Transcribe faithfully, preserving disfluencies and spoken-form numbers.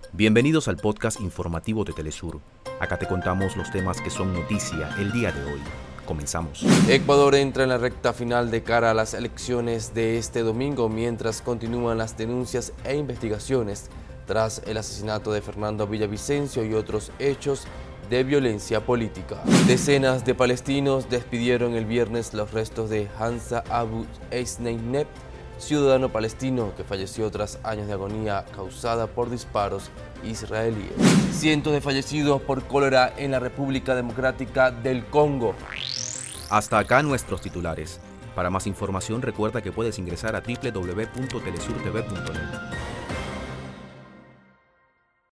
Bienvenidos al podcast informativo de Telesur. Acá te contamos los temas que son noticia el día de hoy. Comenzamos. Ecuador entra en la recta final de cara a las elecciones de este domingo, mientras continúan las denuncias e investigaciones tras el asesinato de Fernando Villavicencio y otros hechos de violencia política. Decenas de palestinos despidieron el viernes los restos de Hamza Abu Sneynep, ciudadano palestino que falleció tras años de agonía causada por disparos israelíes. Cientos de fallecidos por cólera en la República Democrática del Congo. Hasta acá nuestros titulares. Para más información recuerda que puedes ingresar a doble u doble u doble u punto telesur t v punto net.